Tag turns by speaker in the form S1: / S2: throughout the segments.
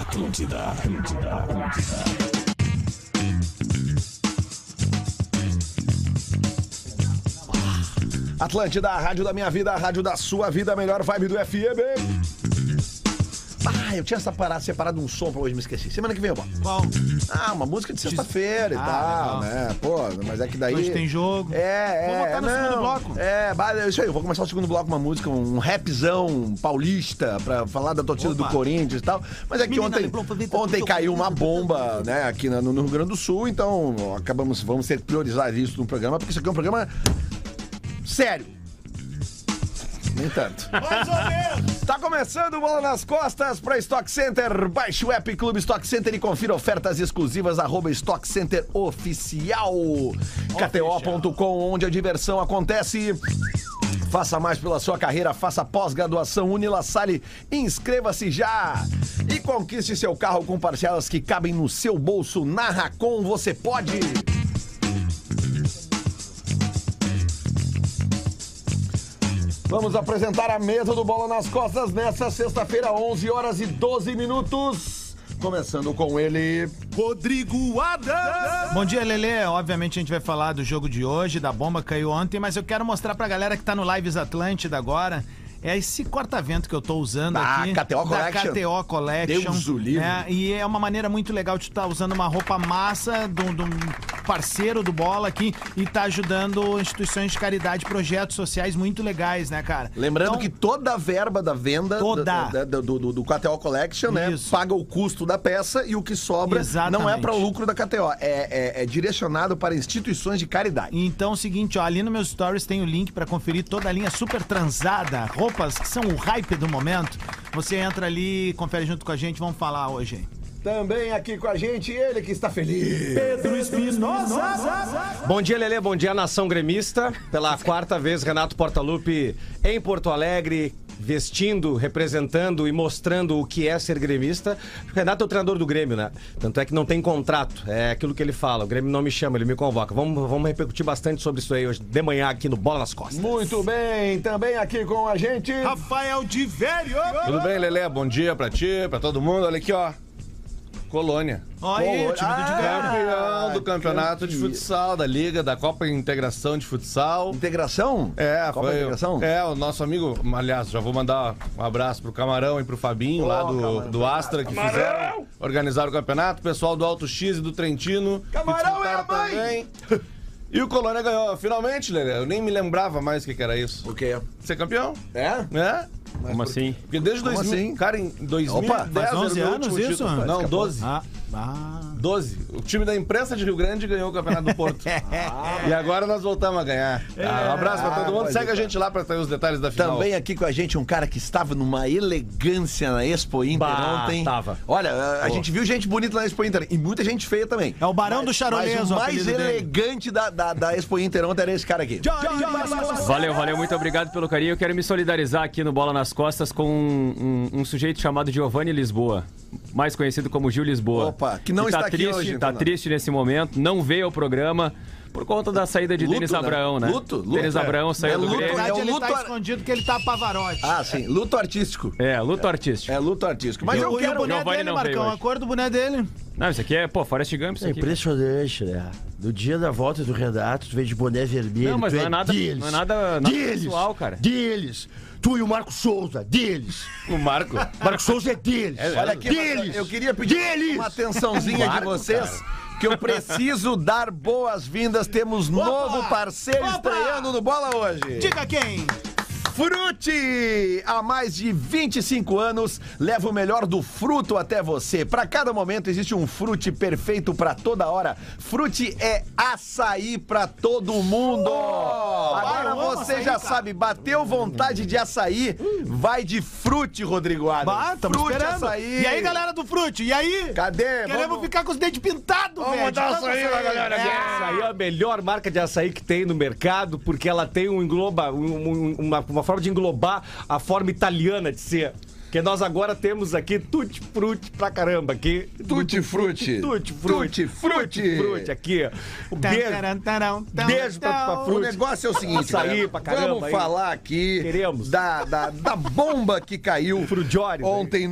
S1: Atlântida.
S2: Atlântida, a rádio da minha vida, a rádio da sua vida, a melhor vibe do FM. Eu tinha separado um som pra hoje, me esqueci. Semana que vem eu boto.
S3: Qual?
S2: Uma música de sexta-feira e tal, né? Pô, mas é que daí...
S3: Hoje tem jogo. Vamos botar no segundo bloco.
S2: Isso aí, eu vou começar o segundo bloco com uma música, um rapzão paulista, pra falar da torcida do Corinthians e tal. Mas é que ontem caiu uma bomba, né, aqui no Rio Grande do Sul, então vamos ter que priorizar isso no programa, porque isso aqui é um programa sério. Nem tanto.
S3: Mais ou menos.
S2: Tá começando o Bola nas Costas pra Stock Center. Baixe o app Clube Stock Center e confira ofertas exclusivas @Stock Center Oficial. KTO.com, onde a diversão acontece. Faça mais pela sua carreira, faça pós-graduação Unila Salle, inscreva-se já e conquiste seu carro com parcelas que cabem no seu bolso. Na Racon você pode. Vamos apresentar a mesa do Bola nas Costas nessa sexta-feira, 11 horas e 12 minutos. Começando com ele, Rodrigo Adams.
S3: Bom dia, Lelê. Obviamente a gente vai falar do jogo de hoje, da bomba que caiu ontem, mas eu quero mostrar pra galera que tá no Lives Atlântida agora. É esse corta-vento que eu tô usando aqui.
S2: KTO Collection.
S3: Da KTO Collection.
S2: Deus o livre.
S3: E é uma maneira muito legal de tu estar usando uma roupa massa de um parceiro do Bola aqui e tá ajudando instituições de caridade, projetos sociais muito legais, né, cara?
S2: Lembrando
S3: então,
S2: que toda a verba da venda do KTO Collection, né, paga o custo da peça e o que sobra não é para o lucro da KTO, é direcionado para instituições de caridade.
S3: Então é o seguinte, ó, ali no meus stories tem o link para conferir toda a linha super transada, roupas que são o hype do momento. Você entra ali, confere junto com a gente, vamos falar hoje, hein?
S2: Também aqui com a gente, ele que está feliz,
S3: Pedro Espinosa.
S4: Bom dia, Lelê, bom dia, nação gremista. Pela quarta vez, Renato Portaluppi em Porto Alegre, vestindo, representando e mostrando o que é ser gremista. O Renato é o treinador do Grêmio, né? Tanto é que não tem contrato, é aquilo que ele fala. O Grêmio não me chama, ele me convoca. Vamos repercutir bastante sobre isso aí hoje de manhã aqui no Bola nas Costas.
S2: Muito bem, também aqui com a gente,
S3: Rafael de Velho.
S5: Tudo bem, Lelê? Bom dia pra ti, pra todo mundo. Olha aqui, ó. Colônia.
S3: Olha aí, o time do Velho.
S5: Campeão do campeonato de futsal, da Liga, da Copa Integração de Futsal.
S2: Integração?
S5: Copa
S2: Integração?
S5: O nosso amigo, aliás, já vou mandar um abraço pro Camarão e pro Fabinho, lá do Astra, que organizaram o campeonato. O pessoal do Alto X e do Trentino.
S2: Camarão é a mãe!
S5: Também. E o Colônia ganhou, finalmente, Lelê. Eu nem me lembrava mais o que era isso.
S2: O quê?
S5: Ser campeão?
S2: É?
S4: Como assim?
S5: Porque desde 2000,
S2: assim?
S5: Cara, em 2010
S3: faz 11 anos isso?
S5: Título. Não, 12. 12. O time da imprensa de Rio Grande ganhou o Campeonato do Porto. E agora nós voltamos a ganhar. Um abraço pra todo mundo. Segue a gente lá pra ter os detalhes da final.
S2: Também aqui com a gente um cara que estava numa elegância na Expo Inter ontem.
S4: Tava.
S2: Olha, a gente viu gente bonita na Expo Inter e muita gente feia também.
S3: É o Barão do Charoleso.
S2: Mas o mais elegante da Expo Inter ontem era esse cara aqui.
S6: Valeu, muito obrigado pelo carinho. Eu quero me solidarizar aqui no Bola nas Costas com um sujeito chamado Giovanni Lisboa, mais conhecido como Gil Lisboa.
S2: Opa, que não está aqui hoje.
S6: Tá triste nesse momento, não veio ao programa por conta da saída de Denis Abraão, né?
S2: Denis
S6: Abraão saiu do Grêmio.
S3: Ele tá escondido porque ele tá Pavarotti.
S2: Ah, sim, luto artístico.
S6: Luto artístico.
S2: É luto artístico. Mas eu quero...
S3: O boné dele, Marcão, a cor do boné dele.
S6: Não, isso aqui é, Forrest Gump, isso aqui.
S7: Impressionante, né? No dia da volta do Renato, tu veio de boné vermelho.
S6: Não, mas não é nada pessoal, cara.
S7: Deles. Tu e o Marco Souza, deles.
S5: O Marco
S7: Souza é deles.
S2: Olha aqui,
S7: deles.
S2: eu queria pedir uma atençãozinha de vocês, que eu preciso dar boas-vindas. Temos novo parceiro estreando no Bola hoje.
S3: Diga quem?
S2: Frutti! Há mais de 25 anos, leva o melhor do fruto até você. Para cada momento existe um Frutti perfeito para toda hora. Frutti é açaí para todo mundo. Agora você já sabe, bateu vontade de açaí, vai de Frutti, Rodrigo Adams.
S3: Tamo esperando.
S2: Açaí.
S3: E aí, galera do Frutti? E aí?
S2: Cadê?
S3: Queremos ficar com os dentes pintados, velho.
S2: Vamos dar açaí, galera.
S4: Açaí é a melhor marca de açaí que tem no mercado, porque ela tem uma forma de englobar a forma italiana de ser. Que nós agora temos aqui tutti-frutti pra caramba. Aqui.
S2: Tutti-frutti.
S4: Tutti-frutti. Aqui, ó. Beijo pra
S2: O
S4: frutti.
S2: negócio é o seguinte,
S4: Açaí
S2: cara,
S4: pra caramba
S2: vamos
S4: aí.
S2: falar aqui
S4: Queremos.
S2: da bomba que caiu
S4: Frugiório,
S2: ontem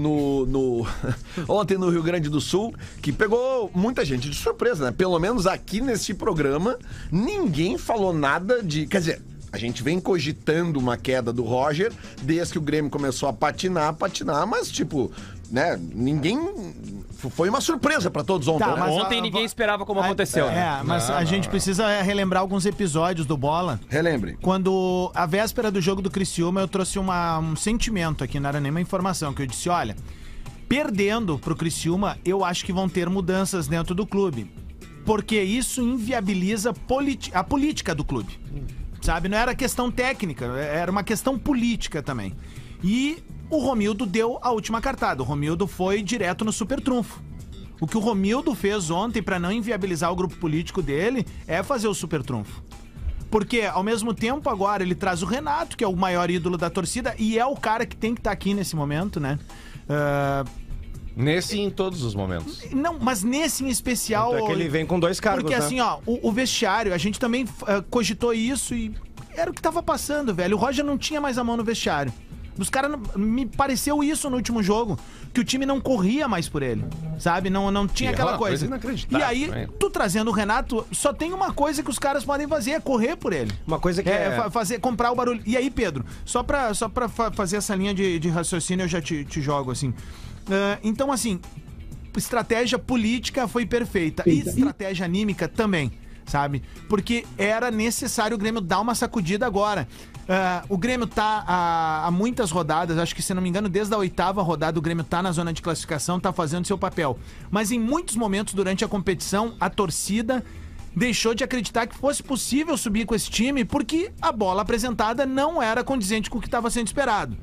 S2: ontem no Rio Grande do Sul, que pegou muita gente de surpresa, né? Pelo menos aqui nesse programa, ninguém falou nada de... Quer dizer, a gente vem cogitando uma queda do Roger desde que o Grêmio começou a patinar, mas tipo, né, ninguém... Foi uma surpresa pra todos ontem.
S3: Tá,
S2: né?
S3: mas
S6: Ontem ninguém esperava como aconteceu, né?
S3: Mas a gente precisa relembrar alguns episódios do Bola.
S2: Relembre.
S3: Quando, a véspera do jogo do Criciúma, eu trouxe um sentimento aqui, não era nenhuma informação, que eu disse, olha, perdendo pro Criciúma, eu acho que vão ter mudanças dentro do clube. Porque isso inviabiliza a política do clube. Sabe? Não era questão técnica, era uma questão política também. E o Romildo deu a última cartada. O Romildo foi direto no super trunfo. O que o Romildo fez ontem pra não inviabilizar o grupo político dele é fazer o super trunfo. Porque, ao mesmo tempo, agora ele traz o Renato, que é o maior ídolo da torcida, e é o cara que tem que estar aqui nesse momento, né?
S4: Nesse e em todos os momentos.
S3: Não, mas nesse em especial...
S4: Tanto é que ele vem com 2 cargos,
S3: Porque
S4: né?
S3: assim, ó, o vestiário, a gente também cogitou isso e era o que tava passando, velho. O Roger não tinha mais a mão no vestiário. Os caras, me pareceu isso no último jogo, que o time não corria mais por ele, sabe? Não tinha
S4: E é
S3: aquela
S4: uma
S3: coisa.
S4: coisa inacreditável,
S3: E aí,
S4: né?
S3: tu trazendo o Renato, só tem uma coisa que os caras podem fazer, é correr por ele.
S4: Uma coisa que
S3: Comprar o barulho. E aí, Pedro, só pra fazer essa linha de raciocínio, eu já te jogo, assim. Então, assim, estratégia política foi perfeita. E estratégia anímica também, sabe? Porque era necessário o Grêmio dar uma sacudida agora. O Grêmio tá há muitas rodadas, acho que, se não me engano, desde a 8ª rodada o Grêmio tá na zona de classificação, tá fazendo seu papel. Mas em muitos momentos durante a competição, a torcida deixou de acreditar que fosse possível subir com esse time, porque a bola apresentada não era condizente com o que estava sendo esperado.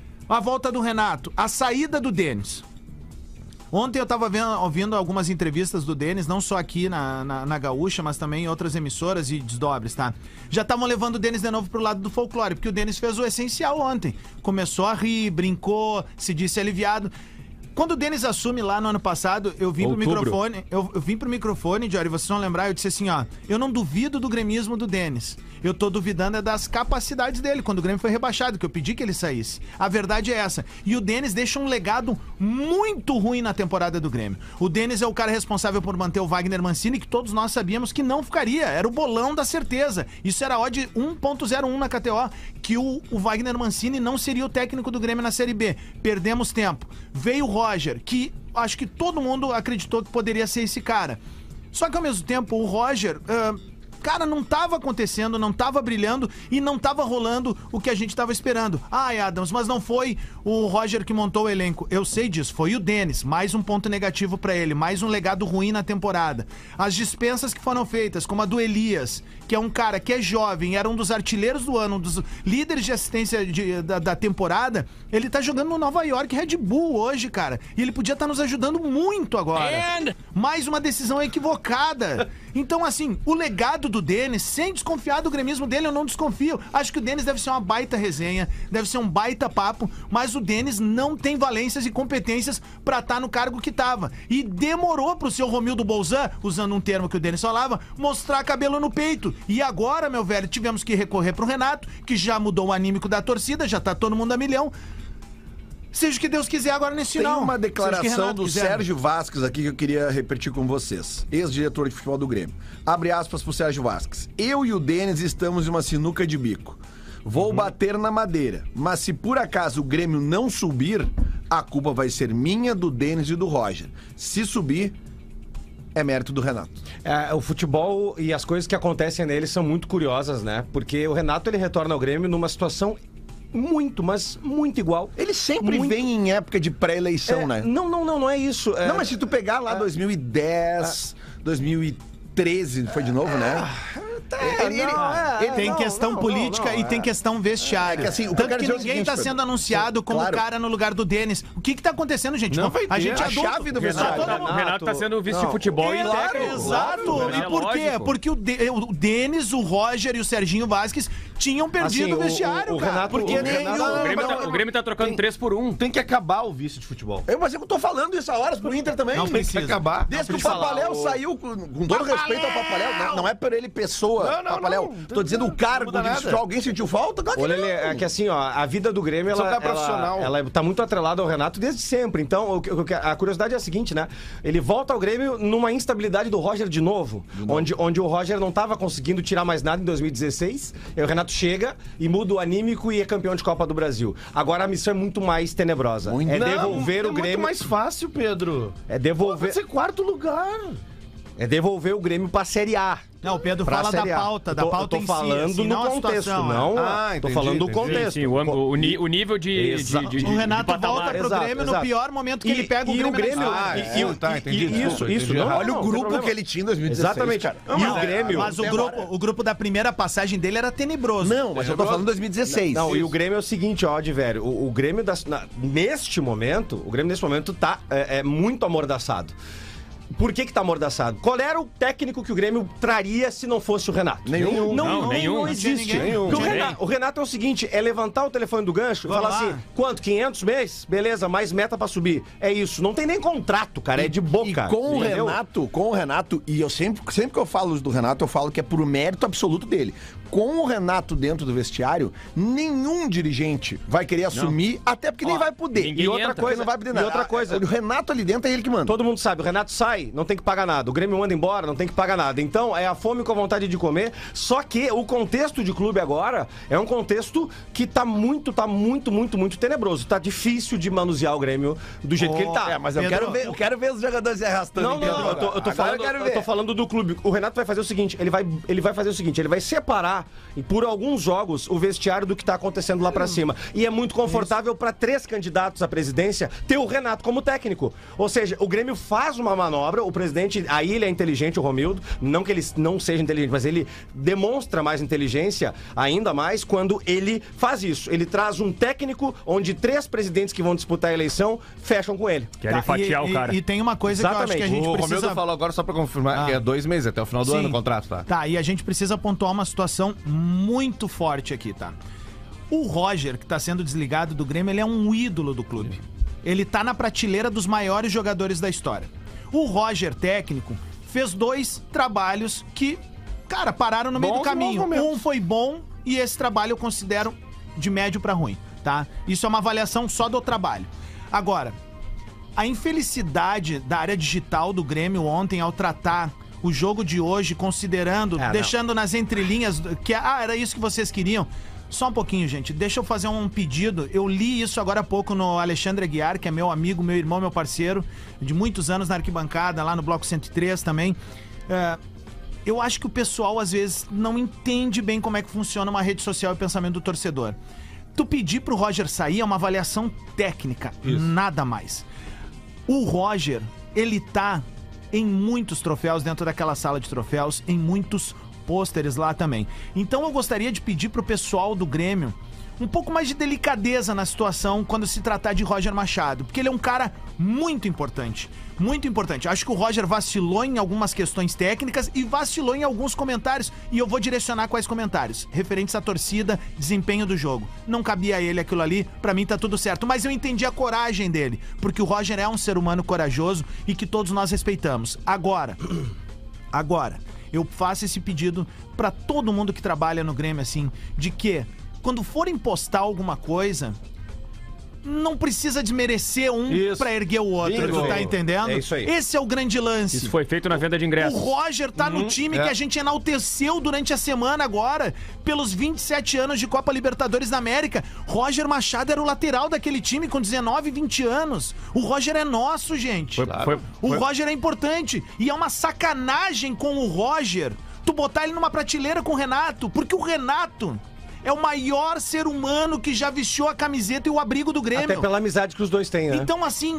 S3: A volta do Renato, a saída do Denis. Ontem eu tava ouvindo algumas entrevistas do Denis, não só aqui na Gaúcha, mas também em outras emissoras e desdobres, tá? Já estavam levando o Denis de novo pro lado do folclore, porque o Denis fez o essencial ontem. Começou a rir, brincou, se disse aliviado. Quando o Denis assume lá no ano passado, eu vim pro microfone, eu vim pro microfone, Diori, vocês vão lembrar, eu disse assim, ó, eu não duvido do gremismo do Denis. Eu tô duvidando é das capacidades dele, quando o Grêmio foi rebaixado, que eu pedi que ele saísse. A verdade é essa. E o Denis deixa um legado muito ruim na temporada do Grêmio. O Denis é o cara responsável por manter o Wagner Mancini, que todos nós sabíamos que não ficaria. Era o bolão da certeza. Isso era odd 1.01 na KTO, que o Wagner Mancini não seria o técnico do Grêmio na Série B. Perdemos tempo. Veio o Roger, que acho que todo mundo acreditou que poderia ser esse cara. Só que ao mesmo tempo, o Roger... cara, não tava acontecendo, não tava brilhando e não tava rolando o que a gente tava esperando. Ai, Adams, mas não foi o Roger que montou o elenco. Eu sei disso, foi o Denis. Mais um ponto negativo pra ele, mais um legado ruim na temporada. As dispensas que foram feitas, como a do Elias, que é um cara que é jovem, era um dos artilheiros do ano, um dos líderes de assistência da temporada, ele tá jogando no Nova York Red Bull hoje, cara. E ele podia estar nos ajudando muito agora. Mais uma decisão equivocada. Então, assim, o legado do Denis, sem desconfiar do gremismo dele, eu não desconfio. Acho que o Denis deve ser uma baita resenha, deve ser um baita papo, mas o Denis não tem valências e competências pra estar no cargo que tava. E demorou pro seu Romildo Bolzan, usando um termo que o Denis falava, mostrar cabelo no peito. E agora, meu velho, tivemos que recorrer pro Renato, que já mudou o anímico da torcida, já tá todo mundo a milhão. Seja o que Deus quiser agora nesse final.
S2: Tem uma declaração do
S3: quiser.
S2: Sérgio Vasquez aqui que eu queria repetir com vocês. Ex-diretor de futebol do Grêmio. Abre aspas pro Sérgio Vasquez. Eu e o Denis estamos em uma sinuca de bico. Vou bater na madeira. Mas se por acaso o Grêmio não subir, a culpa vai ser minha, do Denis e do Roger. Se subir, é mérito do Renato.
S4: O futebol e as coisas que acontecem nele são muito curiosas, né? Porque o Renato, ele retorna ao Grêmio numa situação muito, mas muito igual.
S2: Ele sempre vem em época de pré-eleição, né?
S4: Não é isso.
S2: Não, mas se tu pegar lá 2010, 2013, foi de novo, né?
S3: Tem questão política e tem questão vestiária.
S2: É que assim, o que eu
S3: Tanto
S2: quero
S3: que
S2: dizer é o
S3: ninguém
S2: seguinte,
S3: tá
S2: Pedro.
S3: sendo anunciado como
S2: Claro.
S3: cara no lugar do Denis. O que tá acontecendo, gente?
S5: Não vai
S3: A
S5: ter.
S3: gente
S2: A
S3: adulto.
S2: chave do
S3: Renato,
S2: vestiário.
S6: O Renato tá sendo vice de futebol e
S3: Claro,
S6: técnico.
S3: exato.
S6: É
S3: E por quê?
S6: lógico.
S3: Porque o Denis, o Roger e o Serginho Vasquez tinham perdido
S4: Assim,
S3: o vestiário,
S4: o
S3: cara.
S4: Renato-
S3: Porque
S4: o Renato-
S6: O Grêmio tá trocando 3 por 1.
S5: Tem que acabar o vice de futebol.
S2: Mas eu tô falando isso há horas pro Inter também.
S3: Não
S5: Tem que
S3: precisa.
S5: acabar.
S2: Desde que o Papaléu saiu, com todo respeito ao Papaléu, não é por ele pessoa,
S5: Não,
S2: Papaléu.
S5: não.
S2: Tô dizendo o cargo
S5: Não muda
S2: de
S5: nada.
S2: futebol. Alguém sentiu falta? Claro que
S4: Olha,
S2: não.
S4: é que assim, ó, a vida do Grêmio,
S5: Só cara profissional.
S4: ela tá muito atrelada ao Renato desde sempre. Então, a curiosidade é a seguinte, né? Ele volta ao Grêmio numa instabilidade do Roger de novo. Onde o Roger não tava conseguindo tirar mais nada em 2016. Aí o Renato chega e muda o anímico e é campeão de Copa do Brasil. Agora a missão é muito mais tenebrosa. É devolver o Grêmio.
S5: É muito mais fácil, Pedro.
S4: É devolver.
S5: Pode ser quarto lugar.
S4: É devolver o Grêmio pra Série A.
S3: Não, o Pedro
S4: Pra
S3: fala da
S4: Série A.
S3: pauta,
S4: Eu
S3: da
S4: tô-
S3: pauta
S4: eu tô
S3: em
S4: falando
S3: si, assim,
S4: no
S3: não a
S4: contexto,
S3: situação,
S4: não.
S5: Ah,
S4: Tô
S5: entendi,
S4: falando do
S5: entendi.
S4: contexto.
S6: Sim, o nível de
S3: O Renato
S6: patamar.
S3: volta pro
S4: Exato,
S3: Grêmio no
S4: exato.
S3: pior momento que ele pega o Grêmio.
S5: Ah, entendi.
S4: Isso,
S5: Entendi
S4: não,
S5: errado.
S2: Olha o grupo que ele tinha em 2016.
S4: Exatamente.
S2: Cara.
S4: E o Grêmio.
S3: Mas o grupo da primeira passagem dele era tenebroso.
S2: Não, mas eu tô falando 2016.
S4: Não, e o Grêmio é o seguinte, ó, de velho. O Grêmio, neste momento, tá muito amordaçado. Por que tá amordaçado? Qual era o técnico que o Grêmio traria se não fosse o Renato?
S2: Nenhum.
S6: Nenhum.
S4: Não existe.
S3: Nenhum.
S4: Porque o Renato é o seguinte, é levantar o telefone do gancho e
S3: Vamos
S4: falar
S3: lá.
S4: assim, quanto? 500 mês? Beleza, mais meta pra subir. É isso. Não tem nem contrato, cara, é de boca.
S2: E com o Renato, e eu sempre que eu falo do Renato, eu falo que é por mérito absoluto dele. Com o Renato dentro do vestiário, nenhum dirigente vai querer assumir, até porque nem vai poder.
S6: ninguém
S2: E outra
S6: entra.
S2: coisa, não vai poder nada.
S4: E outra coisa.
S2: O Renato ali dentro é ele que manda.
S4: Todo mundo sabe, o Renato sai, não tem que pagar nada. O Grêmio manda embora, não tem que pagar nada. Então, é a fome com a vontade de comer. Só que o contexto de clube agora é um contexto que tá muito tenebroso. Tá difícil de manusear o Grêmio do jeito que ele tá.
S2: Mas eu
S3: Pedro,
S2: quero ver os jogadores se arrastando.
S4: Não, eu tô falando do clube. O Renato vai fazer o seguinte, ele vai fazer o seguinte, ele vai separar por alguns jogos o vestiário do que tá acontecendo lá pra cima. E é muito confortável pra 3 candidatos à presidência ter o Renato como técnico. Ou seja, o Grêmio faz uma manobra, o presidente, aí ele é inteligente, o Romildo, não que ele não seja inteligente, mas ele demonstra mais inteligência, ainda mais, quando ele faz isso. Ele traz um técnico onde 3 presidentes que vão disputar a eleição fecham com ele.
S6: Querem fatiar o cara.
S3: E tem uma coisa que eu acho que a gente
S5: O
S3: precisa...
S5: Romildo falou agora só pra confirmar que é 2 meses, até o final do
S3: Sim.
S5: ano o contrato, tá?
S3: Tá, e a gente precisa pontuar uma situação muito forte aqui, tá? O Roger, que tá sendo desligado do Grêmio, ele é um ídolo do clube. Ele tá na prateleira dos maiores jogadores da história. O Roger, técnico, fez 2 trabalhos que, cara, pararam no meio do caminho. Um foi bom e esse trabalho eu considero de médio pra ruim, tá? Isso é uma avaliação só do trabalho. Agora, a infelicidade da área digital do Grêmio ontem ao tratar o jogo de hoje, considerando, deixando nas entrelinhas que era isso que vocês queriam. Só um pouquinho, gente. Deixa eu fazer um pedido. Eu li isso agora há pouco no Alexandre Aguiar, que é meu amigo, meu irmão, meu parceiro, de muitos anos na arquibancada, lá no Bloco 103 também. Eu acho que o pessoal, às vezes, não entende bem como é que funciona uma rede social e o pensamento do torcedor. Tu pedir pro Roger sair é uma avaliação técnica, nada mais. O Roger, ele tá em muitos troféus dentro daquela sala de troféus, em muitos pôsteres lá também. Então eu gostaria de pedir pro pessoal do Grêmio um pouco mais de delicadeza na situação quando se tratar de Roger Machado, porque ele é um cara muito importante. Muito importante. Acho que o Roger vacilou em algumas questões técnicas e vacilou em alguns comentários. E eu vou direcionar quais comentários. Referentes à torcida, desempenho do jogo. Não cabia a ele aquilo ali, pra mim tá tudo certo. Mas eu entendi a coragem dele, porque o Roger é um ser humano corajoso e que todos nós respeitamos. Agora, eu faço esse pedido pra todo mundo que trabalha no Grêmio, assim, de que quando forem postar alguma coisa, não precisa desmerecer um pra erguer o outro, tu tá entendendo?
S4: É isso aí.
S3: Esse é o grande lance.
S6: Isso foi feito na venda de ingressos.
S3: O Roger tá no time que a gente enalteceu durante a semana agora, pelos 27 anos de Copa Libertadores da América. Roger Machado era o lateral daquele time com 19, 20 anos. O Roger é nosso, gente. O Roger é importante. E é uma sacanagem com o Roger tu botar ele numa prateleira com o Renato, porque o Renato é o maior ser humano que já vestiu a camiseta e o abrigo do Grêmio.
S4: Até pela amizade que os dois têm, né?
S3: Então, assim,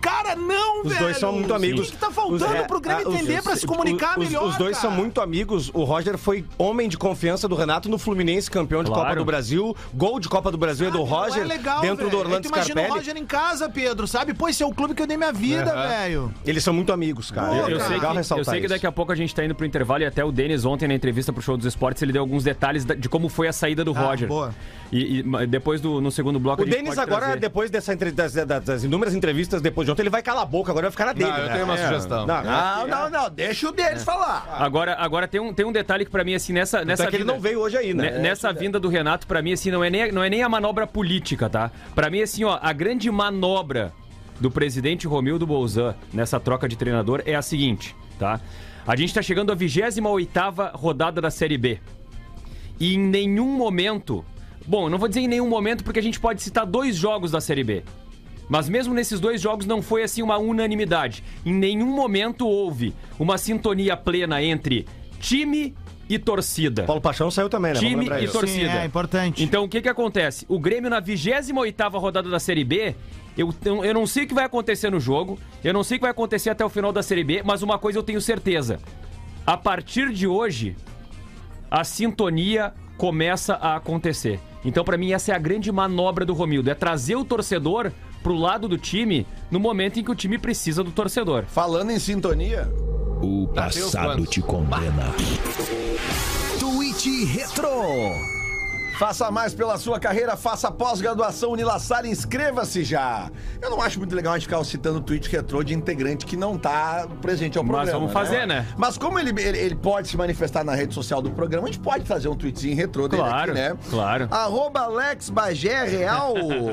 S3: Cara, não,
S4: Os
S3: velho.
S4: dois são muito amigos.
S3: O que tá faltando pro Grêmio entender pra se comunicar melhor,
S4: Os dois
S3: cara?
S4: são muito amigos. O Roger foi homem de confiança do Renato no Fluminense, campeão de Copa do Brasil. Gol de Copa do Brasil é do Roger, dentro do Orlando
S3: Scarpelli. Imagina o Roger em casa, Pedro, sabe? Pô, esse é o clube que eu dei minha vida, velho.
S4: Eles são muito amigos, cara.
S6: Eu sei que daqui a pouco a gente tá indo pro intervalo e até o Denis ontem na entrevista pro Show dos Esportes ele deu alguns detalhes de como foi a saída do Roger.
S3: Boa.
S6: E depois no segundo bloco
S4: O Denis agora, depois das inúmeras entrevistas depois de ontem, ele vai calar a boca, agora vai ficar na dele.
S5: Eu tenho uma sugestão.
S2: Não, deixa o deles falar.
S6: Agora tem um detalhe que pra mim, assim, nessa
S4: Então é que ele não veio hoje aí, né?
S6: Nessa vinda do Renato, pra mim, assim, não é nem a manobra política, tá? Pra mim, assim, ó, a grande manobra do presidente Romildo Bolzan nessa troca de treinador é a seguinte, tá? A gente tá chegando à 28ª rodada da Série B. E em nenhum momento... Bom, eu não vou dizer em nenhum momento porque a gente pode citar 2 jogos da Série B. Mas mesmo nesses 2 jogos não foi assim uma unanimidade. Em nenhum momento houve uma sintonia plena entre time e torcida.
S4: Paulo Paixão saiu também, né?
S6: Time e torcida.
S3: Sim, é importante.
S6: Então o que acontece? O Grêmio na 28ª rodada da Série B, eu não sei o que vai acontecer no jogo, eu não sei o que vai acontecer até o final da Série B, mas uma coisa eu tenho certeza. A partir de hoje, a sintonia começa a acontecer. Então, pra mim, essa é a grande manobra do Romildo, é trazer o torcedor pro lado do time no momento em que o time precisa do torcedor.
S2: Falando em sintonia...
S1: O passado te condena. Tweet Retro.
S2: Faça mais pela sua carreira, faça pós-graduação Unilassalle, inscreva-se já. Eu não acho muito legal a gente ficar citando o tweet retrô de integrante que não tá presente ao programa.
S6: Mas vamos fazer, né?
S2: Mas como ele pode se manifestar na rede social do programa, a gente pode fazer um tweetzinho retrô dele aqui, né?
S6: Claro.
S2: @Alex Bagé Real,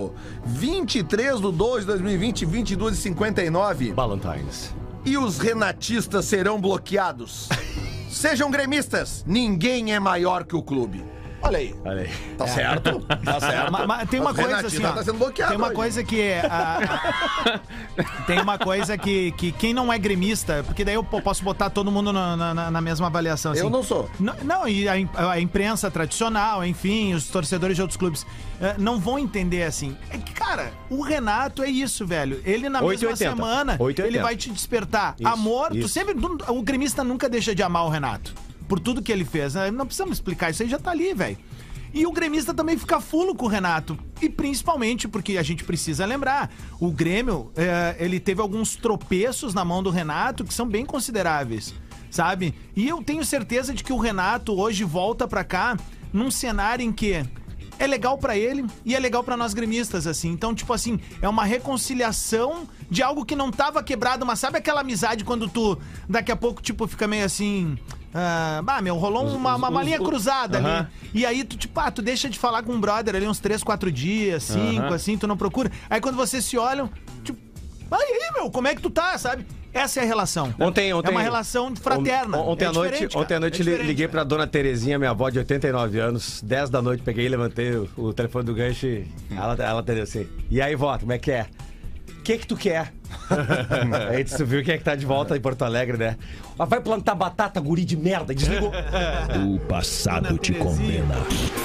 S2: 23/2/2020, 22h59.
S4: Valentines.
S2: E os renatistas serão bloqueados. Sejam gremistas, ninguém é maior que o clube. Olha aí. Tá certo? Tá certo.
S3: Mas tem uma coisa assim, ó,
S2: tá sendo bloqueado
S3: tem uma
S2: hoje.
S3: coisa que é tem uma coisa que quem não é gremista, porque daí eu posso botar todo mundo na mesma avaliação assim.
S2: Eu não sou.
S3: Não, e a imprensa tradicional, enfim, os torcedores de outros clubes não vão entender assim. É que, cara, o Renato é isso, velho. Ele na mesma semana, ele vai te despertar amor. Tu sempre, o gremista nunca deixa de amar o Renato por tudo que ele fez. Não precisamos explicar, isso aí já tá ali, velho. E o gremista também fica fulo com o Renato. E principalmente porque a gente precisa lembrar, o Grêmio, ele teve alguns tropeços na mão do Renato que são bem consideráveis, sabe? E eu tenho certeza de que o Renato hoje volta pra cá num cenário em que é legal pra ele e é legal pra nós gremistas, assim. Então, tipo assim, é uma reconciliação de algo que não tava quebrado, mas sabe aquela amizade quando tu, daqui a pouco, tipo, fica meio assim... rolou uma linha cruzada ali. E aí tu, tipo, tu deixa de falar com um brother ali uns 3, 4 dias, 5, assim, tu não procura. Aí quando vocês se olham, tipo, aí, meu, como é que tu tá, sabe? Essa é a relação.
S4: Ontem,
S3: é uma relação fraterna.
S4: Ontem à noite liguei pra dona Terezinha, minha avó de 89 anos, 10 da noite, peguei e levantei o telefone do gancho e ela atendeu assim. E aí, vó, como é que é? O que tu quer? Aí tu viu quem é que tá de volta em Porto Alegre, né? Vai plantar batata, guri de merda, desligou.
S1: O passado te condena.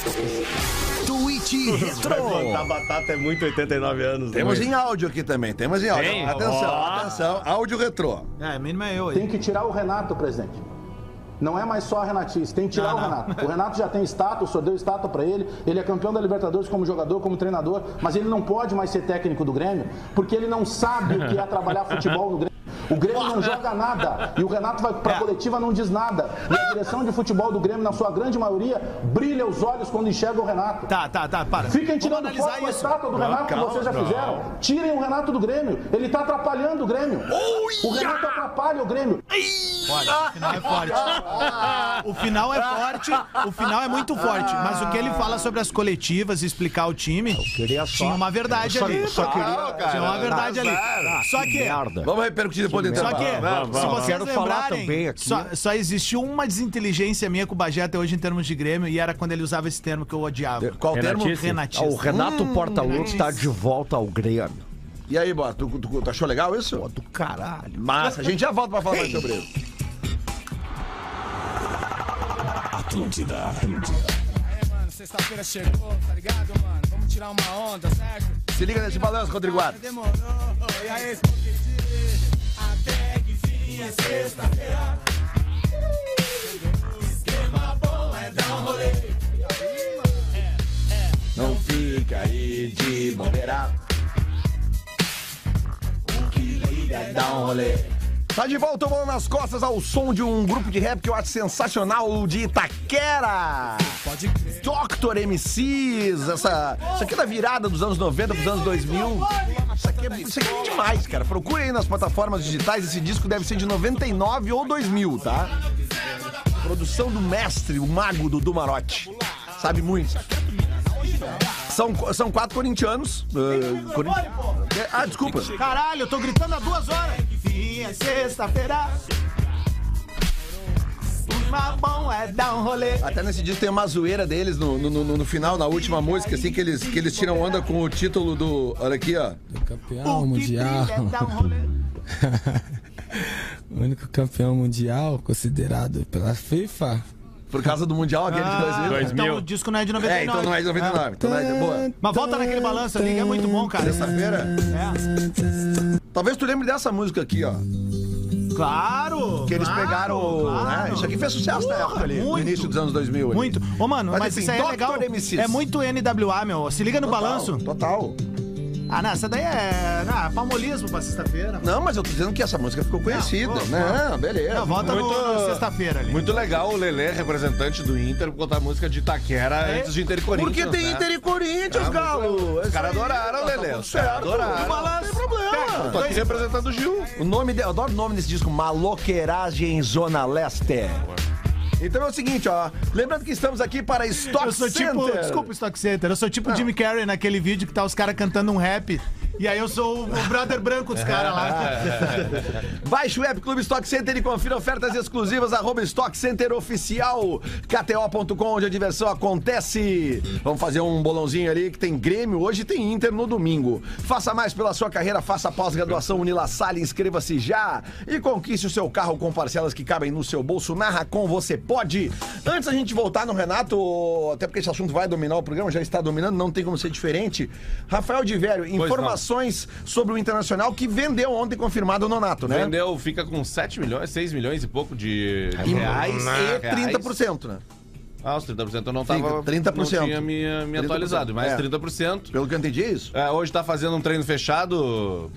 S1: Tweet Retro.
S4: Plantar batata é muito 89 anos.
S2: Temos em áudio aqui também, temos em áudio.
S6: Tem?
S2: Atenção, áudio retrô.
S3: Mínimo é eu aí.
S8: Tem que tirar o Renato, presidente. Não é mais só a Renatice, tem que tirar o Renato. O Renato já tem status, o senhor deu estátua pra ele, ele é campeão da Libertadores como jogador, como treinador, mas ele não pode mais ser técnico do Grêmio, porque ele não sabe o que é trabalhar futebol no Grêmio. O Grêmio não joga nada, e o Renato vai pra coletiva não diz nada. E a direção de futebol do Grêmio, na sua grande maioria, brilha os olhos quando enxerga o Renato.
S3: Para.
S8: Fiquem tirando foto da estátua do Renato, que vocês já fizeram. Tirem o Renato do Grêmio, ele tá atrapalhando o Grêmio. O Renato atrapalha o Grêmio.
S3: Olha, o final é forte. O final é forte, o final é muito forte. Mas o que ele fala sobre as coletivas e explicar o time, tinha uma verdade ali. Tinha uma verdade ali. Só que...
S2: Vamos repercutir depois do
S3: Só
S2: intervalo.
S3: que, se vocês
S4: Quero falar
S3: lembrarem,
S4: também aqui.
S3: só existiu uma desinteligência minha com o Bagé até hoje em termos de Grêmio, e era quando ele usava esse termo que eu odiava.
S2: Qual termo?
S3: Renatista.
S4: O Renato Portaluppi tá de volta ao Grêmio.
S2: E aí, Bota, tu achou legal isso?
S4: Do caralho.
S2: Massa, a gente já volta pra falar mais sobre isso.
S1: Atlântida.
S9: Aí, mano, sexta-feira chegou, tá ligado, mano? Vamos tirar uma onda, certo?
S2: Se liga nesse balanço, Rodrigo Adams.
S9: Até que vinha sexta-feira. Esquema bom é dar um rolê.
S2: Não fica aí de bobeira. O que liga é dar um rolê. Tá de volta, Bola nas Costas, ao som de um grupo de rap que eu acho sensacional, de Itaquera. Dr. MCs, isso aqui é da virada dos anos 90 pros anos 2000. Isso aqui é demais, cara. Procure aí nas plataformas digitais, esse disco deve ser de 99 ou 2000, tá? Produção do mestre, o mago do Marotti. Sabe muito. São 4 corintianos. Desculpa.
S3: Caralho, eu tô gritando há 2 horas. Vinha sexta-feira. Uma bom é dar um rolê.
S2: Até nesse disco tem uma zoeira deles no final, na última música, assim, que eles tiram onda com o título do... Olha aqui, ó.
S10: Do campeão mundial. O único campeão mundial considerado pela FIFA.
S2: Por causa do Mundial aquele de 2000.
S3: Então o disco não é de 99.
S2: Então não é de 99. Então não é de boa.
S3: Mas volta naquele balanço ali, que é muito bom, cara.
S2: Sexta-feira?
S3: É.
S2: Talvez tu lembre dessa música aqui, ó.
S3: Claro!
S2: Que eles pegaram.
S3: Claro.
S2: Né? Isso aqui fez sucesso na época ali, no início dos anos 2000. Ali.
S3: Muito. Ô, mano, mas
S2: enfim,
S3: isso aí é legal.
S2: MCs.
S3: É muito NWA, meu. Se liga no balanço.
S2: Total.
S3: Ah, não, essa daí é palmolismo pra sexta-feira.
S2: Não, mas eu tô dizendo que essa música ficou conhecida. Não, beleza.
S3: Não, volta no sexta-feira ali.
S5: Muito legal o Lelê, representante do Inter, botar a música de Itaquera antes de Inter e Corinthians.
S2: Porque tem Inter e Corinthians, Galo.
S5: Os caras adoraram o Lelê. Os caras adoraram.
S2: Não tem problema.
S5: Tô aqui representando o Gil.
S2: Eu adoro o nome desse disco, Maloqueiragem Zona Leste. Então é o seguinte, ó. Lembrando que estamos aqui para Stock Center.
S3: Desculpa, Stock Center. Eu sou tipo Jimmy Carrey naquele vídeo que tá os caras cantando um rap. E aí eu sou o brother branco dos caras lá.
S2: Baixe o app Clube Stock Center e confira ofertas exclusivas, @Stock Center Oficial, KTO.com, onde a diversão acontece. Vamos fazer um bolãozinho ali que tem Grêmio hoje e tem Inter no domingo. Faça mais pela sua carreira, faça pós-graduação Unilassalle, inscreva-se já e conquiste o seu carro com parcelas que cabem no seu bolso. Na Racon você pode. Antes da gente voltar no Renato, até porque esse assunto vai dominar o programa, já está dominando, não tem como ser diferente. Rafael de Vério, informações sobre o Internacional que vendeu ontem, confirmado o Nonato, né?
S5: Vendeu, fica com 7 milhões, 6 milhões e pouco de
S2: reais e 30%, né?
S5: Os 30% eu não tava.
S2: 30%.
S5: Não tinha me atualizado, mas 30%.
S2: Pelo que eu entendi, é isso?
S5: Hoje tá fazendo um treino fechado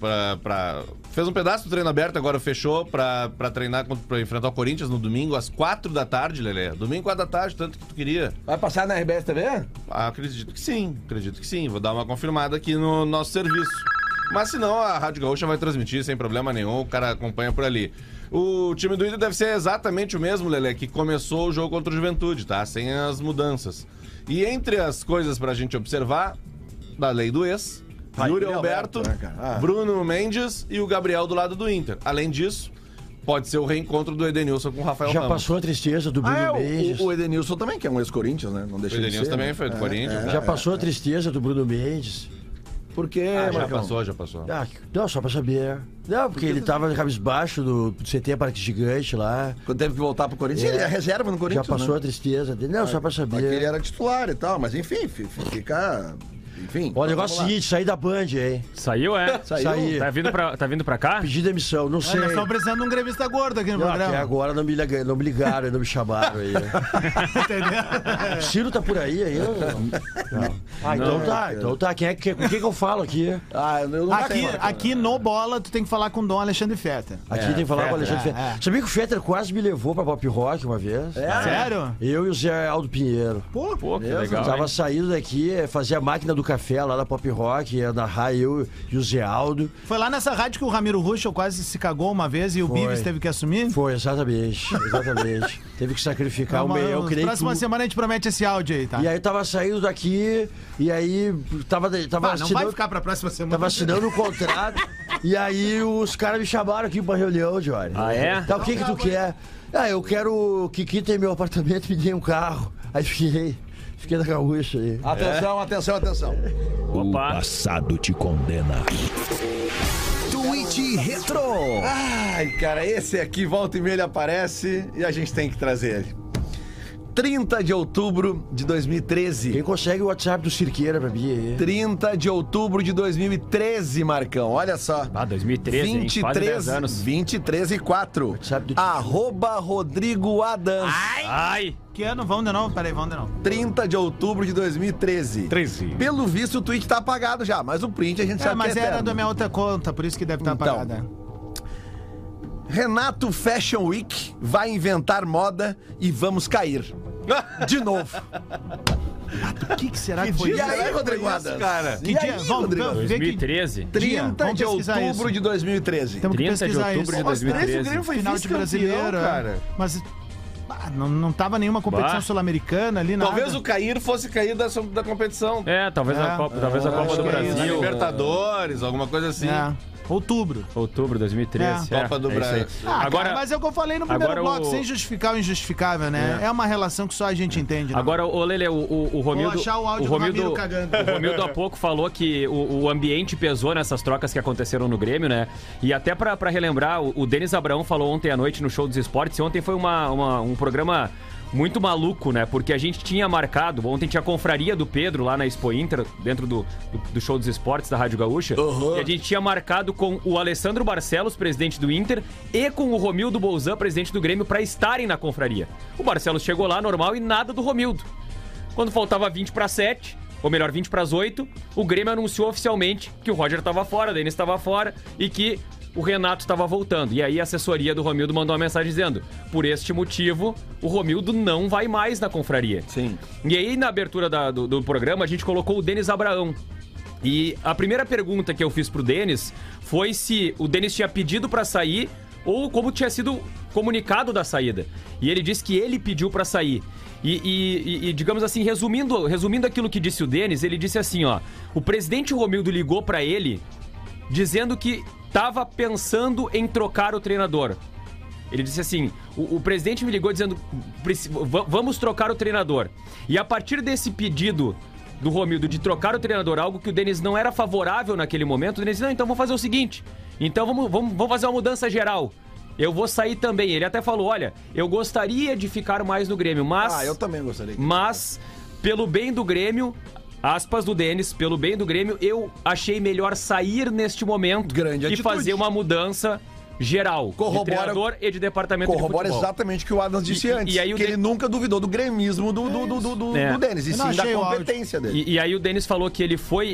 S5: fez um pedaço do treino aberto, agora fechou pra treinar, pra enfrentar o Corinthians no domingo, às 4 da tarde, Lelê. Domingo, 4 da tarde, tanto que tu queria.
S2: Vai passar na RBS TV?
S5: Acredito que sim. Vou dar uma confirmada aqui no nosso serviço. Mas se não, a Rádio Gaúcha vai transmitir sem problema nenhum, o cara acompanha por ali. O time do Inter deve ser exatamente o mesmo, Lelê, que começou o jogo contra o Juventude, tá? Sem as mudanças. E entre as coisas pra gente observar, da lei do ex, Yuri Alberto, né, Bruno Mendes e o Gabriel do lado do Inter. Além disso, pode ser o reencontro do Edenilson com o Rafael Ramos.
S7: Já passou a tristeza do Bruno Mendes.
S2: O Edenilson também, que é um ex-Corinthians, né? Não deixa de ser.
S5: O Edenilson também foi do Corinthians.
S7: Já passou a tristeza do Bruno Mendes.
S2: Por quê,
S5: Marcão? Já passou.
S7: Não, só pra saber. Não, porque ele tava cabisbaixo do CT Parque Gigante lá.
S2: Quando teve que voltar pro Corinthians, ele é reserva no Corinthians.
S7: Já passou a tristeza dele. Não, só pra saber.
S2: Porque ele era titular e tal, mas enfim, fica... Enfim.
S7: O negócio é o seguinte, saí da Band, hein?
S6: Saiu, é?
S7: Saí.
S6: Tá vindo pra cá?
S7: Pedi demissão, não sei.
S3: Nós estamos precisando de um grevista gordo aqui no programa.
S7: Até agora não me ligaram, não me chamaram aí. Entendeu? O Ciro tá por aí ainda? Não. Então tá. Com quem que eu falo aqui?
S2: Eu não sei.
S3: Aqui no Bola, tu tem que falar com o Dom Alexandre Fetter.
S7: Aqui tem que falar com o Alexandre Fetter. Sabia que o Fetter quase me levou pra Pop Rock uma vez?
S3: Sério?
S7: Eu e o Zé Aldo Pinheiro.
S6: Pô, que legal.
S7: Eu tava saindo daqui, fazia a máquina do café lá da Pop Rock, ia narrar eu e o Zé Aldo.
S3: Foi lá nessa rádio que o Ramiro Ruschel quase se cagou uma vez e o Bibis teve que assumir?
S7: Foi, exatamente. Teve que sacrificar o meio.
S3: Próxima semana a gente promete esse áudio aí, tá?
S7: E aí eu tava saindo daqui, e aí tava
S3: não vai ficar pra próxima semana.
S7: Tava assinando um contrato, e aí os caras me chamaram aqui pra reunião, Johnny.
S6: Ah, é?
S7: Tá, o que tu quer? Eu quero que quitem meu apartamento e me dê um carro. Aí fiquei na gaúcha aí.
S2: Atenção.
S1: O passado te condena.
S2: Tweet Retro. Ai, cara, esse aqui, volta e meia, ele aparece e a gente tem que trazer ele. 30 de outubro de 2013.
S7: Quem consegue o WhatsApp do Cirqueira pra mim aí?
S2: 30 de outubro de 2013, Marcão. Olha só.
S6: 2013, hein? Quase 10 anos.
S2: 23 e 4. Arroba Rodrigo Adams.
S6: Ai!
S3: Que ano? Vamos de novo? Peraí, vamos de novo.
S2: 30 de outubro de 2013.
S4: 13.
S2: Pelo visto, o tweet tá apagado já, mas o print a gente sabe
S3: mas
S2: que é
S3: era
S2: eterno.
S3: da minha outra conta, por isso que deve estar
S2: Então.
S3: apagada.
S2: Renato Fashion Week vai inventar moda e vamos cair. De novo.
S3: O que será que foi
S2: E
S3: isso?
S2: aí, Rodrigo Adams?
S5: cara?
S3: Que
S2: E
S3: dia?
S2: aí,
S3: Vamos
S2: Rodrigo?
S3: ver que
S6: 2013.
S2: 30
S3: Vamos
S2: de
S3: pesquisar
S2: outubro
S3: isso.
S2: de 2013.
S3: Temos que
S6: 30 de
S3: pesquisar
S6: outubro
S3: isso.
S6: de 2013.
S5: O Grêmio foi
S3: Final de
S5: vice-campeão,
S3: brasileiro,
S5: cara.
S3: Mas não tava nenhuma competição
S6: Bah.
S3: sul-americana ali, nada.
S5: Talvez o cair fosse cair da competição.
S6: Talvez a Copa do
S3: acho
S6: Brasil.
S3: que é isso.
S5: Libertadores, alguma coisa assim.
S3: É. Outubro.
S6: Outubro de 2013.
S5: Copa do
S6: isso aí.
S5: Brasil.
S6: Agora,
S3: Cara, mas é o que eu falei no primeiro
S6: agora
S3: bloco,
S6: o-
S3: sem justificar o injustificável, né? É uma relação que só a gente entende. Né?
S6: Agora, ô Lele, o Romildo.
S3: achar o áudio do Ramiro cagando.
S6: O Romildo há pouco falou que o ambiente pesou nessas trocas que aconteceram no Grêmio, né? E até pra relembrar, o Denis Abraão falou ontem à noite no Show dos Esportes, e ontem foi um programa muito maluco, né? Porque a gente tinha marcado, ontem tinha a confraria do Pedro lá na Expo Inter, dentro do Show dos Esportes da Rádio Gaúcha, e a gente tinha marcado com o Alessandro Barcelos, presidente do Inter, e com o Romildo Bolzan, presidente do Grêmio, pra estarem na confraria. O Barcelos chegou lá normal e nada do Romildo. Quando faltava 20 para 7, ou melhor, 20 para as 8, o Grêmio anunciou oficialmente que o Roger estava fora, o Denis estava fora e que o Renato estava voltando. E aí a assessoria do Romildo mandou uma mensagem dizendo: por este motivo, o Romildo não vai mais na confraria.
S2: Sim.
S6: E aí, na abertura do programa, a gente colocou o Denis Abraão. E a primeira pergunta que eu fiz pro Denis foi se o Denis tinha pedido pra sair ou como tinha sido comunicado da saída. E ele disse que ele pediu pra sair. E digamos assim, resumindo aquilo que disse o Denis, ele disse assim, ó: o presidente Romildo ligou pra ele dizendo que estava pensando em trocar o treinador. Ele disse assim: o presidente me ligou dizendo, vamos trocar o treinador. E a partir desse pedido do Romildo de trocar o treinador, algo que o Denis não era favorável naquele momento, o Denis disse: não, então vamos fazer o seguinte, então vamos fazer uma mudança geral. Eu vou sair também. Ele até falou: olha, eu gostaria de ficar mais no Grêmio, mas...
S2: eu também gostaria.
S6: Mas, pelo bem do Grêmio, aspas do Denis, pelo bem do Grêmio, eu achei melhor sair neste momento
S2: Grande
S6: e
S2: atitude.
S6: fazer uma mudança geral
S2: Corrobora-
S6: de treinador e de departamento
S2: Corrobora
S6: de futebol.
S2: exatamente o que o Adams disse
S6: E-
S2: antes.
S6: e aí o
S2: que ele nunca duvidou do gremismo do
S6: É.
S2: Denis, e
S3: Eu não
S2: sim da
S3: achei o áudio.
S2: competência dele.
S6: E aí o Denis falou que ele foi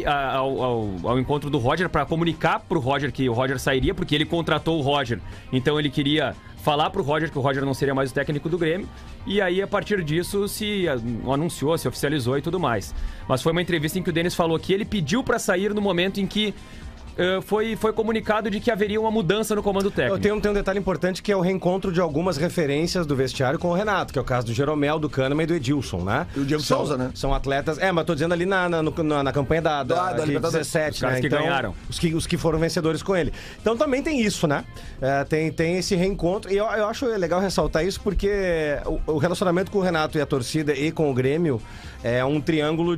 S6: ao encontro do Roger para comunicar pro Roger que o Roger sairia, porque ele contratou o Roger. Então ele queria falar pro Roger que o Roger não seria mais o técnico do Grêmio. E aí, a partir disso, se anunciou, se oficializou e tudo mais. Mas foi uma entrevista em que o Denis falou que ele pediu para sair no momento em que foi comunicado de que haveria uma mudança no comando técnico.
S4: Tem um detalhe importante que é o reencontro de algumas referências do vestiário com o Renato, que é o caso do Jeromel, do Kahneman e do Edilson, né?
S2: E o Diego Souza, né?
S4: São atletas... mas tô dizendo ali na campanha da de
S2: Libertadores.
S4: 17,
S6: Os caras
S4: né?
S6: que ganharam.
S4: Os que foram vencedores com ele. Então também tem isso, né? Tem esse reencontro. E eu acho legal ressaltar isso porque o relacionamento com o Renato e a torcida e com o Grêmio é um triângulo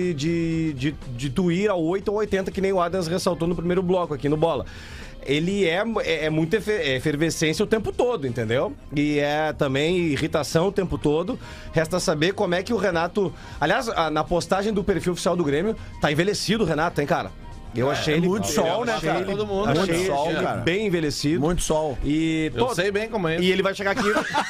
S4: de tu ir ao 8 ou 80, que nem o Adams ressaltou no primeiro bloco aqui no Bola. Ele é muita efervescência o tempo todo, entendeu? E é também irritação o tempo todo. Resta saber como é que o Renato... Aliás, na postagem do perfil oficial do Grêmio, tá envelhecido o Renato, hein, cara? Eu achei ele...
S2: muito sol, né,
S4: achei
S2: cara?
S4: ele-
S5: Todo mundo.
S4: achei
S2: Muito sol,
S4: ele
S2: cara.
S4: bem envelhecido.
S2: Muito sol.
S4: E
S5: Eu sei bem como é isso.
S4: E ele vai chegar aqui...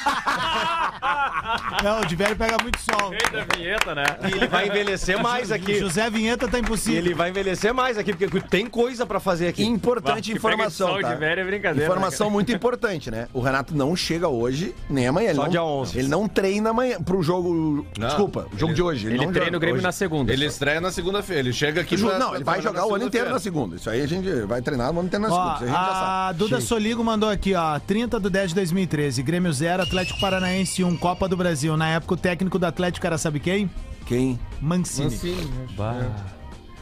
S3: Não, o de velho pega muito sol.
S6: Fez a vinheta, né?
S4: e ele vai envelhecer mais aqui.
S3: José Vinheta tá
S4: E
S3: impossível.
S4: ele vai envelhecer mais aqui, porque tem coisa pra fazer aqui.
S2: Importante
S6: Que
S2: informação,
S6: pega de sol
S2: tá?
S6: de velho é brincadeira,
S2: Informação muito importante, né? O Renato não chega hoje, nem amanhã. Ele
S4: Só
S2: não,
S4: dia 11.
S2: Ele não treina amanhã pro jogo...
S5: Não,
S2: Desculpa, o jogo de hoje.
S6: Ele
S2: não
S6: treina
S2: joga
S6: o Grêmio
S2: hoje.
S6: na segunda.
S5: Ele
S6: só.
S5: estreia na segunda-feira. Ele chega aqui...
S2: Não, ele vai jogar o ano inteiro na segunda. Isso aí a gente vai treinar o ano inteiro na segunda.
S3: Ó,
S2: Isso aí a gente já
S3: a
S2: sabe.
S3: Duda Soligo mandou aqui, ó, 30/10 de 2013, Grêmio 0, Atlético Paranaense 1, Copa do Brasil. Na época o técnico do Atlético era sabe quem?
S2: Quem?
S3: Mancini.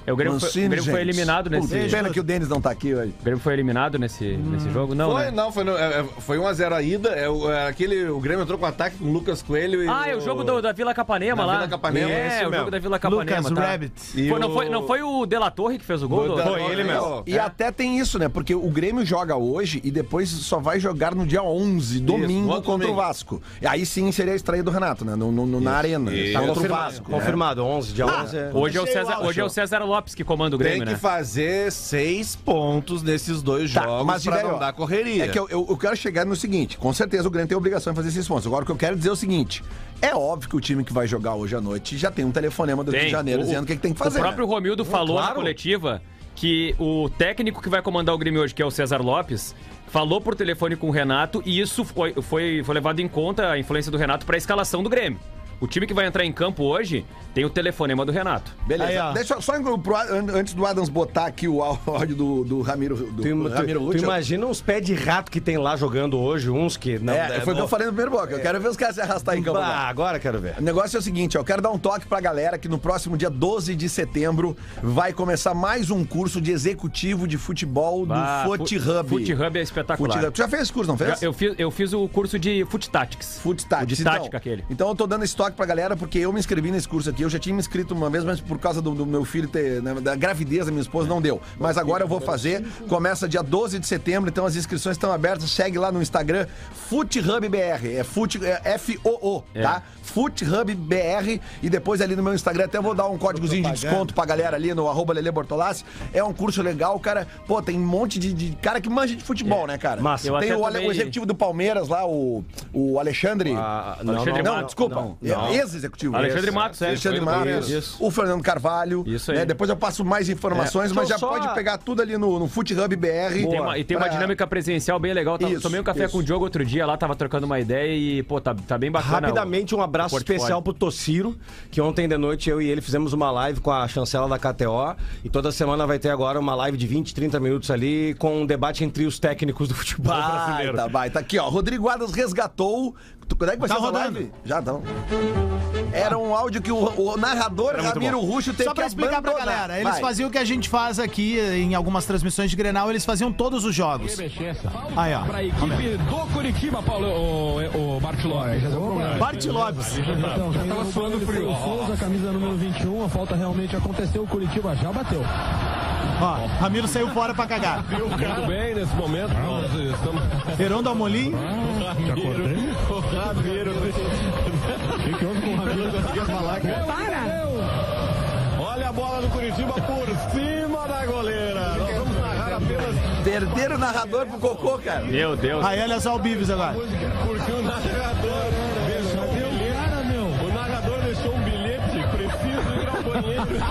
S6: O Grêmio
S2: Mancini,
S6: foi eliminado
S2: Putz,
S6: nesse...
S2: Pena que o Denis não tá aqui hoje.
S6: O Grêmio foi eliminado nesse jogo? Não,
S5: Foi,
S6: né?
S5: não, foi 1x0 a ida. O Grêmio entrou com ataque com o Lucas Coelho e.
S6: É o jogo da Vila Capanema lá.
S5: Vila Capanema,
S6: é,
S5: isso
S6: o
S5: mesmo.
S6: jogo da Vila Capanema.
S3: Lucas
S6: tá.
S3: Rabbit.
S6: Não foi o De La Torre que fez o gol?
S5: Foi ele mesmo.
S2: E até tem isso, né? Porque o Grêmio joga hoje e depois só vai jogar no dia 11, domingo,
S5: no outro
S2: contra
S5: domingo.
S2: o Vasco. E aí sim seria a estreia do Renato, né? Na arena.
S5: Isso.
S2: Tá contra o
S4: Confirmado,
S2: Vasco. né?
S4: confirmado, 11, dia 11 é...
S6: Hoje é o César Lopes que comanda o
S5: Tem
S6: Grêmio,
S5: que
S6: né?
S5: fazer 6 pontos nesses dois
S2: Tá,
S5: jogos
S2: mas,
S5: pra
S2: velho,
S5: não dar correria.
S2: É que eu quero chegar no seguinte: com certeza o Grêmio tem a obrigação de fazer esses pontos. Agora o que eu quero dizer é o seguinte: é óbvio que o time que vai jogar hoje à noite já tem um telefonema do Rio de Janeiro dizendo o que tem que fazer.
S6: O próprio Romildo falou na
S4: claro.
S6: coletiva que o técnico que vai comandar o Grêmio hoje, que é o César Lopes, falou por telefone com o Renato e isso foi levado em conta, a influência do Renato, para a escalação do Grêmio. O time que vai entrar em campo hoje tem o telefonema do Renato.
S2: Beleza.
S3: Aí, ó.
S2: Deixa eu só antes do Adams botar aqui o áudio do Ramiro. Ramiro
S4: Tu
S2: Ruschel.
S4: imagina uns pés de rato que tem lá jogando hoje, uns que... Não,
S2: Foi o que eu falei no primeiro bloco. Eu quero ver os caras se arrastar em campo.
S4: Ah, agora quero ver.
S2: O negócio é o seguinte, ó, eu quero dar um toque pra galera que no próximo dia 12 de setembro vai começar mais um curso de executivo de futebol do Fut Hub.
S6: Fut Hub é espetacular.
S2: Fut Hub. Tu já fez esse curso, não fez?
S6: Eu fiz o curso de Fut Tactics.
S2: Fut Tactics.
S6: De tática aquele.
S2: Então eu tô dando esse toque pra galera porque eu me inscrevi nesse curso aqui. Eu já tinha me inscrito uma vez, mas por causa do meu filho da gravidez da minha esposa não deu. Mas agora eu vou fazer. Começa dia 12 de setembro, então as inscrições estão abertas. Segue lá no Instagram, FutHubBR. É FOO, tá? FutHubBR. E depois ali no meu Instagram até vou dar um códigozinho de desconto pra galera ali no @LeleBortolassi. É um curso legal, cara. Pô, tem um monte de cara que manja de futebol, né, cara?
S4: Massa.
S6: Eu
S2: Tem
S6: até
S2: o
S6: também-
S2: executivo do Palmeiras lá, o Alexandre. Não, desculpa. Ex-executivo.
S6: Alexandre Matos, é.
S2: Alexandre
S6: Isso.
S2: Matos.
S6: Isso.
S2: O Fernando Carvalho.
S6: Isso aí.
S2: Né? Depois eu passo mais informações, mas já
S4: Só-
S2: pode pegar tudo ali no FutHub BR.
S6: E tem uma dinâmica presencial bem legal.
S2: Isso,
S6: Tomei um café
S2: isso.
S6: com o Diogo outro dia lá, tava trocando uma ideia e, pô, tá bem bacana.
S4: Rapidamente, um abraço
S6: o portfólio.
S4: especial pro Tociro, que ontem de noite eu e ele fizemos uma live com a chancela da KTO e toda semana vai ter agora uma live de 20, 30 minutos ali com um debate entre os técnicos do futebol brasileiro.
S2: Tá aqui, ó. Rodrigo Adams resgatou. Quando é que vai
S3: Tá
S2: ser essa
S3: rodando.
S2: live? Já tá. Era um áudio que o narrador Ramiro Ruschel teve
S3: Só pra
S2: que
S3: explicar pra
S2: abandonar.
S3: galera, eles
S2: Vai.
S3: faziam o que a gente faz aqui em algumas transmissões de Grenal, eles faziam todos os jogos. Aí, ó.
S11: Para a equipe do Curitiba, Paulo, o Bart Lopes.
S3: Bart Lopes.
S11: Tava suando frio.
S12: Souza, camisa número 21, a falta realmente aconteceu, o Curitiba já bateu.
S3: Ó, Ramiro saiu fora pra cagar.
S11: Muito bem, nesse momento nós estamos...
S3: Heron Dalmolin.
S12: Já acordei?
S11: O Ramiro...
S12: O que houve com o Ramiro? Não conseguia falar, cara.
S11: Olha a bola do Curitiba por cima da goleira. Nós vamos narrar apenas
S2: Perderam o narrador pro Cocô, cara.
S6: Meu Deus.
S3: Aí olha só o Bives agora.
S11: porque o narrador deixou um bilhete. O narrador deixou um bilhete. Preciso ir ao banheiro.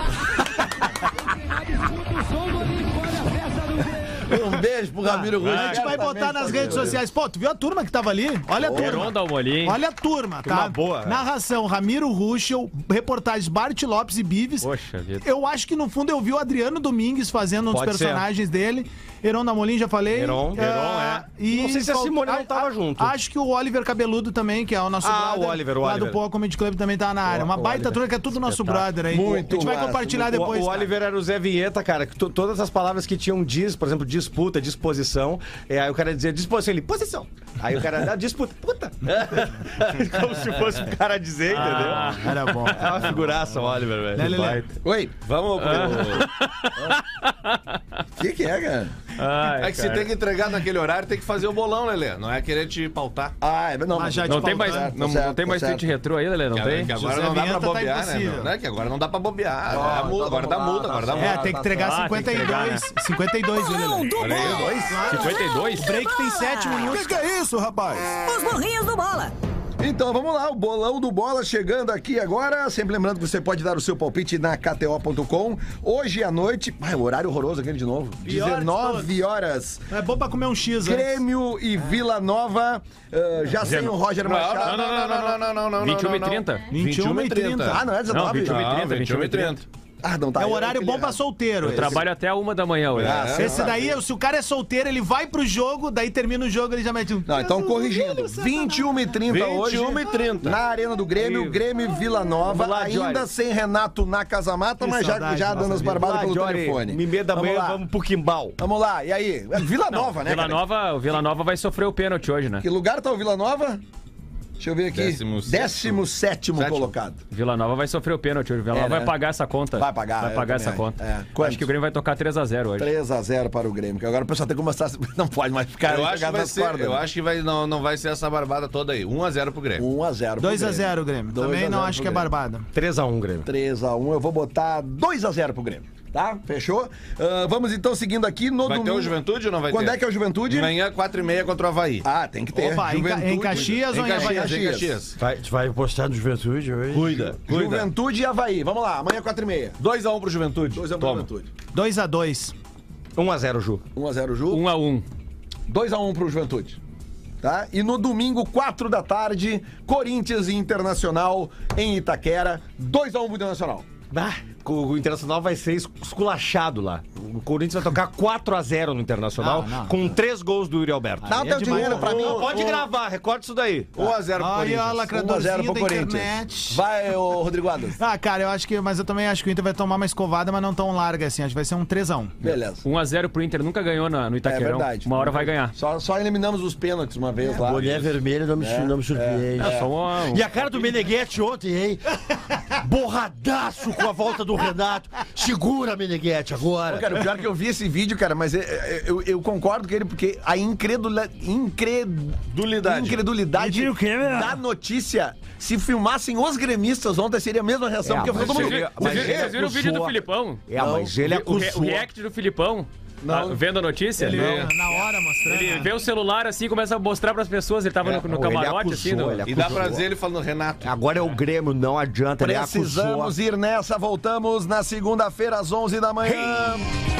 S2: Um beijo pro Ramiro Ruschel.
S3: A gente vai botar nas redes sociais. Pô, tu viu a turma que tava ali? Olha a turma.
S6: Heron Dalmolin.
S3: Olha a turma, tá?
S4: Turma boa,
S3: Narração, Ramiro Ruschel, reportagens Bart Lopes e Bives.
S6: Poxa vida.
S3: Eu acho que no fundo eu vi o Adriano Domingues fazendo um dos
S4: Pode ser.
S3: personagens dele. Heron Dalmolin, já falei.
S4: Heron,
S3: E
S4: Não sei se a Simone não tava junto.
S3: Acho que o Oliver Cabeludo também, que é o nosso
S4: Ah,
S3: brother.
S4: o Oliver,
S3: Lá do Poa Comedy Club também tá na área. Uma
S4: o
S3: baita
S4: Oliver.
S3: turma que é tudo nosso brother aí.
S2: Muito
S3: A gente vai
S2: massa,
S3: compartilhar
S2: muito
S3: depois.
S4: O
S3: cara.
S4: Oliver era o Zé Vinheta, cara, que todas as palavras que tinham por exemplo, disputa, disposição, aí o cara dizia disposição, ele, posição. Aí o cara, disputa, puta. Como se fosse o cara dizer, entendeu?
S3: Era bom.
S4: É uma figuraça o Oliver, velho.
S3: Né, Lelê?
S2: Oi.
S5: Vamos pro...
S2: O que é, cara?
S6: Ai,
S5: É que se tem que entregar naquele horário, tem que fazer o bolão, Lelê. Não é querer te pautar.
S2: Não,
S3: Mas já
S6: Não
S3: te
S6: tem mais,
S3: pautar.
S6: não tem mais tweet retrô aí, Lelê? Não tem?
S5: Que agora
S3: José
S5: não dá pra
S3: Vinheta tá
S5: bobear, né,
S3: impossível.
S5: meu? Né? Que agora não dá pra bobear.
S2: Ó,
S5: Agora dá multa, agora dá multa.
S3: É, tem que entregar
S6: Ah, tem que
S3: 52.
S6: entregar, né?
S3: 52, viu, Lelê?
S6: 52?
S3: O break tem 7 minutos.
S2: Que é isso, rapaz?
S13: Os burrinhos do Bola.
S2: Então vamos lá, o bolão do Bola chegando aqui agora. Sempre lembrando que você pode dar o seu palpite na KTO.com. Hoje à noite, o horário horroroso aquele de novo.
S3: Pior de
S2: 19 horas.
S3: É bom pra comer um X, né?
S2: Grêmio e Vila Nova. Já sem o Roger Machado.
S5: Não.
S6: 21 e 30?
S3: 21 e 30.
S2: Ah, não é 19?
S6: Não, 21 e 30,
S5: 21 e 30.
S2: Ah, não tá.
S3: É o horário bom pra solteiro.
S6: Eu trabalho até a 1 da manhã hoje.
S3: Esse daí, se o cara é solteiro, ele vai pro jogo, daí termina o jogo, ele já mete um...
S2: Não, então corrigindo. 21h30 hoje.
S5: 21h30.
S2: Na Arena do Grêmio, Grêmio e Vila Nova.
S4: Vamos lá,
S2: Ainda
S4: Jory.
S2: sem Renato na Casa Mata, mas já dando as barbadas pelo telefone.
S4: 1h30 da manhã, vamos pro Quimbal.
S2: Vamos lá, e aí? Vila Nova, né?
S6: O Vila Nova vai sofrer o pênalti hoje, né?
S2: Que lugar tá o Vila Nova? Deixa eu ver aqui. 17º colocado.
S6: Vila Nova vai sofrer o pênalti hoje. Vila Nova vai pagar essa conta.
S2: Vai pagar.
S6: Vai pagar essa conta.
S2: Quanto?
S6: Acho que o Grêmio vai tocar 3x0 hoje.
S2: 3x0 para o Grêmio. Que agora o pessoal tem que mostrar. Não pode mais ficar.
S5: Eu acho que não vai ser essa barbada toda aí. 1x0 pro Grêmio.
S2: 1x0
S3: 2x0 Grêmio. Também não acho que é barbada.
S4: 3x1 Grêmio.
S2: 3x1. Eu vou botar 2x0 pro Grêmio. Tá? Fechou? Vamos então seguindo aqui no
S5: Vai
S2: domingo.
S5: ter o Juventude ou não vai ter?
S2: Quando é que é o Juventude?
S5: Amanhã, 4h30 contra o Avaí.
S2: Ah, tem que ter.
S3: Opa, em Caxias ou em Havaí?
S5: Em Caxias.
S7: Vai postar no Juventude hoje?
S5: Cuida.
S2: Juventude e Avaí. Vamos lá, amanhã 4h30.
S5: 2x1 pro Juventude.
S2: 2x1 pro Juventude.
S3: 2x2.
S4: 1x0 Ju.
S2: 1x0 Ju.
S6: 1x1.
S2: 2x1 pro Juventude. Tá? E no domingo, 4 da tarde, Corinthians e Internacional em Itaquera. 2x1 pro Internacional.
S4: O Internacional vai ser esculachado lá. O Corinthians vai tocar 4x0 no Internacional, com 3 gols do Yuri Alberto.
S2: Dá o teu dinheiro pra mim.
S4: Pode gravar, recorta isso daí.
S5: 1x0 pro
S3: Olha a
S5: Corinthians.
S2: 1x0
S3: lacradorzinha
S2: pro
S3: da
S2: Corinthians.
S3: internet.
S2: Vai, ô Rodrigo Adams.
S3: Ah, cara, mas eu também acho que o Inter vai tomar uma escovada, mas não tão larga assim. Acho que vai ser um 3x1.
S2: Beleza.
S6: 1x0 pro Inter. Nunca ganhou no Itaquerão.
S2: É verdade.
S6: Uma hora vai ganhar.
S2: Só eliminamos os pênaltis uma vez lá.
S7: Mulher vermelha não me surpreende.
S6: Só
S7: E a cara do Meneghetti ontem, hein? Borradaço com a volta do Renato. Segura, Meneghetti, agora.
S2: Pô, cara, o pior é que eu vi esse vídeo, cara, mas eu concordo com ele, porque a incredulidade da notícia, se filmassem os gremistas ontem, seria a mesma reação, porque todo mundo...
S6: Vocês viram o vídeo do Filipão?
S4: Mas ele acusou.
S6: O react do Filipão? Vendo a notícia?
S3: Ele na hora mostrando.
S6: Ele vê o celular assim, começa a mostrar pras pessoas. Ele tava no camarote assim.
S5: E dá pra ver ele falando Renato.
S4: Agora é o Grêmio, não adianta.
S2: Precisamos ir nessa, voltamos na segunda-feira às 11 da manhã.